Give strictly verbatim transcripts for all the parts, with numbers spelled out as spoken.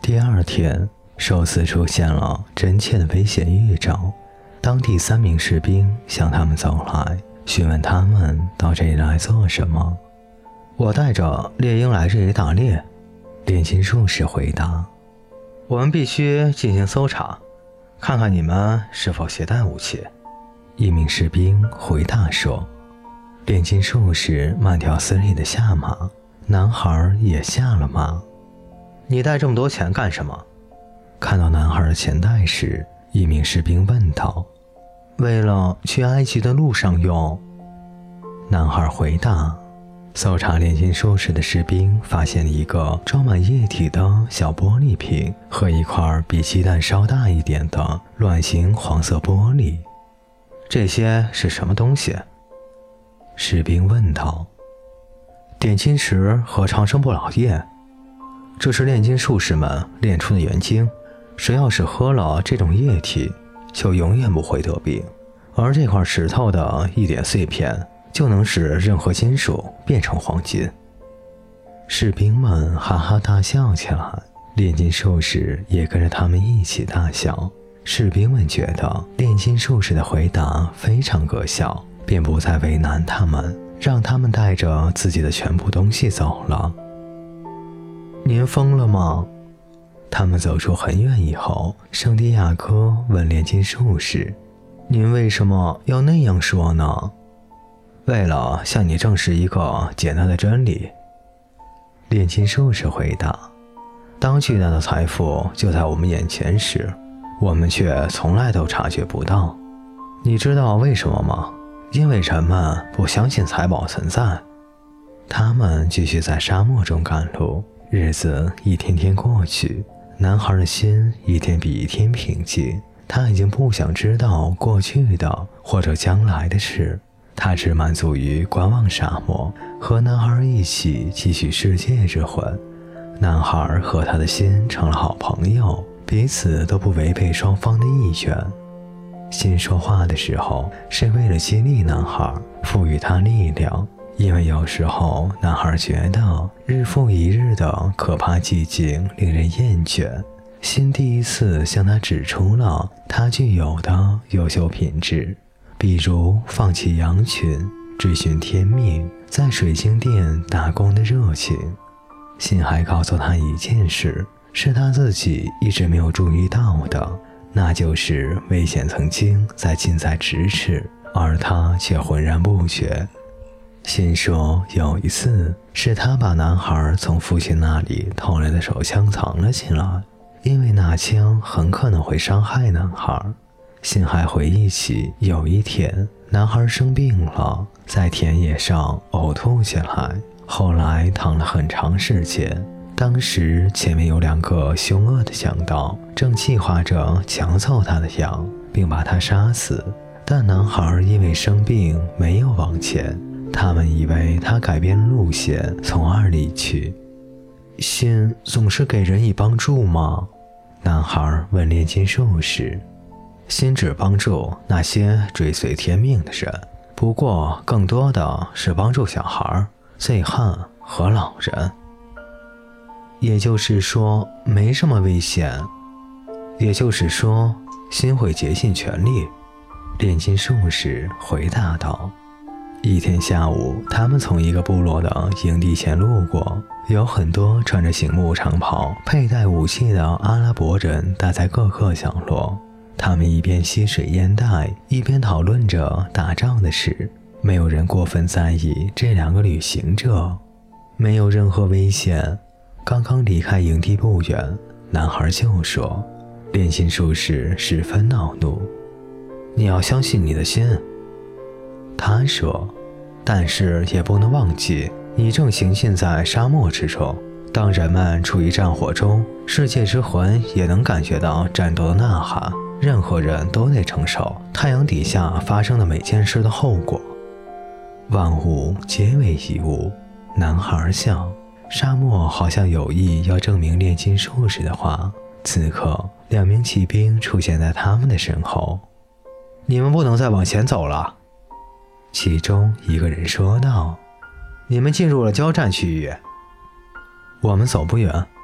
第二天，寿司出现了真切的危险预兆。当地三名士兵向他们走来，询问他们到这里来做什么。我带着猎鹰来这里打猎，炼金术士回答。我们必须进行搜查，看看你们是否携带武器。一名士兵回答说。炼金术士慢条斯理地下马，男孩也下了马。你带这么多钱干什么？看到男孩的钱袋时，一名士兵问道。为了去埃及的路上用。男孩回答。搜查炼金术士的士兵发现了一个装满液体的小玻璃瓶和一块比鸡蛋稍大一点的卵形黄色玻璃。这些是什么东西？士兵问道。点金石和长生不老液，这是炼金术士们炼出的元精，谁要是喝了这种液体，就永远不会得病。而这块石头的一点碎片，就能使任何金属变成黄金。士兵们哈哈大笑起来，炼金术士也跟着他们一起大笑。士兵们觉得炼金术士的回答非常可笑，便不再为难他们，让他们带着自己的全部东西走了。您疯了吗？他们走出很远以后，圣地亚哥问炼金术士，您为什么要那样说呢？为了向你证实一个简单的真理。炼金术士回答。当巨大的财富就在我们眼前时，我们却从来都察觉不到。你知道为什么吗？因为人们不相信财宝存在。他们继续在沙漠中赶路，日子一天天过去，男孩的心一天比一天平静。他已经不想知道过去的或者将来的事，他只满足于观望沙漠，和男孩一起继续世界之魂。男孩和他的心成了好朋友，彼此都不违背双方的意愿。心说话的时候是为了激励男孩，赋予他力量，因为有时候男孩觉得日复一日的可怕寂静令人厌倦。心第一次向他指出了他具有的优秀品质，比如放弃羊群，追寻天命，在水晶店打工的热情。心还告诉他一件事，是他自己一直没有注意到的，那就是危险曾经在近在咫尺，而他却浑然不觉。心说有一次是他把男孩从父亲那里偷来的手枪藏了起来，因为那枪很可能会伤害男孩。心还回忆起有一天男孩生病了，在田野上呕吐起来，后来躺了很长时间。当时前面有两个凶恶的强盗，正计划着抢走他的羊，并把他杀死。但男孩因为生病没有往前，他们以为他改变了路线，从而离去。心总是给人以帮助吗？男孩问炼金术士。心只帮助那些追随天命的人，不过更多的是帮助小孩、醉汉和老人。也就是说没什么危险。也就是说心会竭尽全力。炼金术士回答道。一天下午，他们从一个部落的营地前路过，有很多穿着醒目长袍、佩戴武器的阿拉伯人待在各个角落。他们一边吸水烟袋，一边讨论着打仗的事。没有人过分在意这两个旅行者，没有任何危险。刚刚离开营地不远，男孩就说。炼金术士十分恼怒。你要相信你的心。他说，但是也不能忘记，你正行进在沙漠之中。当人们处于战火中，世界之魂也能感觉到战斗的呐喊。任何人都得承受太阳底下发生的每件事的后果。万物皆为一物。男孩笑。沙漠好像有意要证明炼金术士的话。此刻，两名骑兵出现在他们的身后。你们不能再往前走了。其中一个人说道。你们进入了交战区域。我们走不远。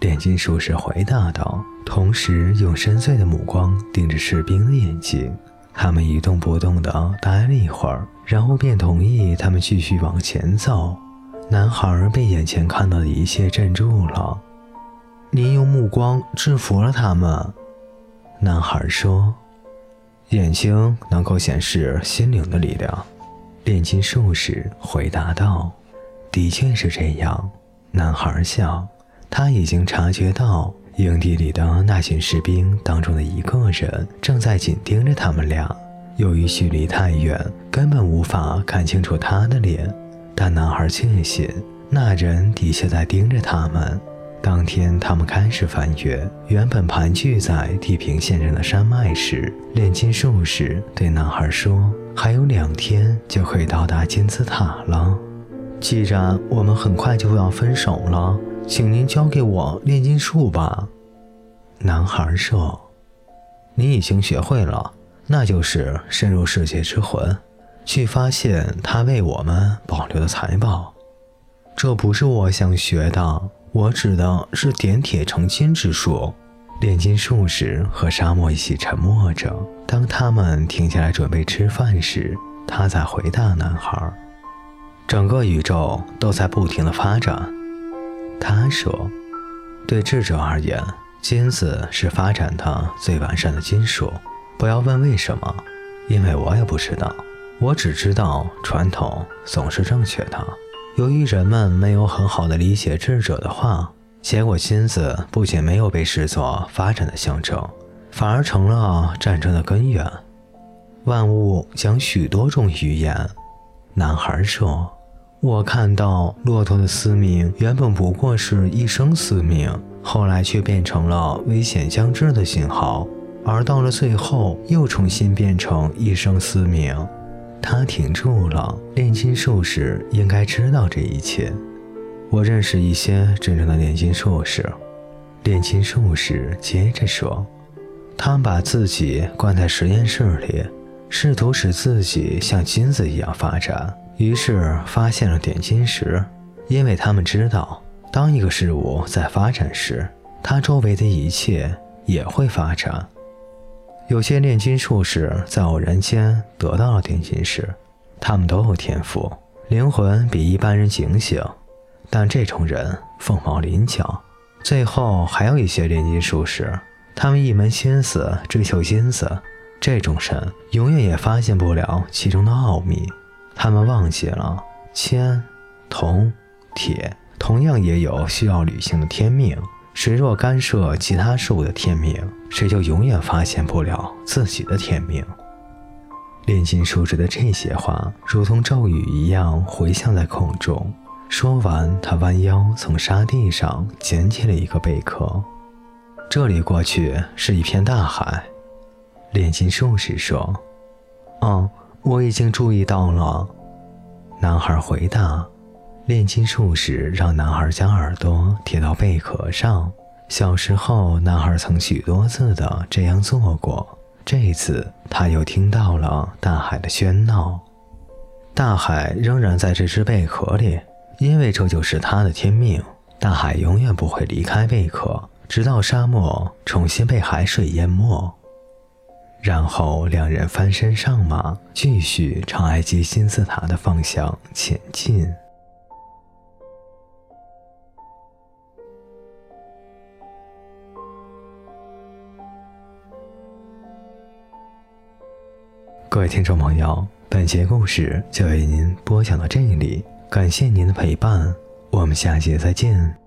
炼金术士回答道，同时用深邃的目光盯着士兵的眼睛。他们一动不动地待了一会儿，然后便同意他们继续往前走。男孩被眼前看到的一切镇住了。你用目光制服了他们，男孩说。眼睛能够显示心灵的力量，炼金术士回答道。的确是这样，男孩笑。他已经察觉到营地里的那群士兵当中的一个人正在紧盯着他们俩，由于距离太远，根本无法看清楚他的脸，但男孩确信那人的确在盯着他们。当天他们开始翻越原本盘踞在地平线上的山脉时，炼金术士对男孩说，还有两天就可以到达金字塔了。既然我们很快就要分手了，请您教给我炼金术吧。男孩说。你已经学会了，那就是深入世界之魂，去发现他为我们保留的财宝。这不是我想学的，我指的是点铁成金之术。炼金术士和沙漠一起沉默着，当他们停下来准备吃饭时，他才回答男孩，整个宇宙都在不停地发展。他说，对智者而言，金子是发展的最完善的金属。不要问为什么，因为我也不知道，我只知道传统总是正确的。由于人们没有很好的理解智者的话，结果金子不仅没有被视作发展的象征，反而成了战争的根源。万物讲许多种语言。男孩说，我看到骆驼的嘶鸣原本不过是一声嘶鸣，后来却变成了危险将至的信号，而到了最后又重新变成一声嘶鸣。他停住了，炼金术士应该知道这一切。我认识一些真正的炼金术士，炼金术士接着说，他们把自己关在实验室里，试图使自己像金子一样发展，于是发现了点金石。因为他们知道，当一个事物在发展时，它周围的一切也会发展。有些炼金术士在偶然间得到了点金石，他们都有天赋，灵魂比一般人警醒，但这种人凤毛麟角。最后还有一些炼金术士，他们一门心思追求金子，这种人永远也发现不了其中的奥秘。他们忘记了铅、铜、铁同样也有需要履行的天命，谁若干涉其他事物的天命，谁就永远发现不了自己的天命。炼金术士的这些话如同咒语一样回响在空中。说完，他弯腰从沙地上捡起了一个贝壳。这里过去是一片大海。炼金术士说。哦，我已经注意到了。男孩回答。炼金术士让男孩将耳朵贴到贝壳上。小时候，男孩曾许多次的这样做过。这次，他又听到了大海的喧闹。大海仍然在这只贝壳里，因为这就是他的天命。大海永远不会离开贝壳，直到沙漠重新被海水淹没。然后两人翻身上马，继续朝埃及金字塔的方向前进。各位听众朋友，本节故事就为您播讲到这里，感谢您的陪伴，我们下节再见。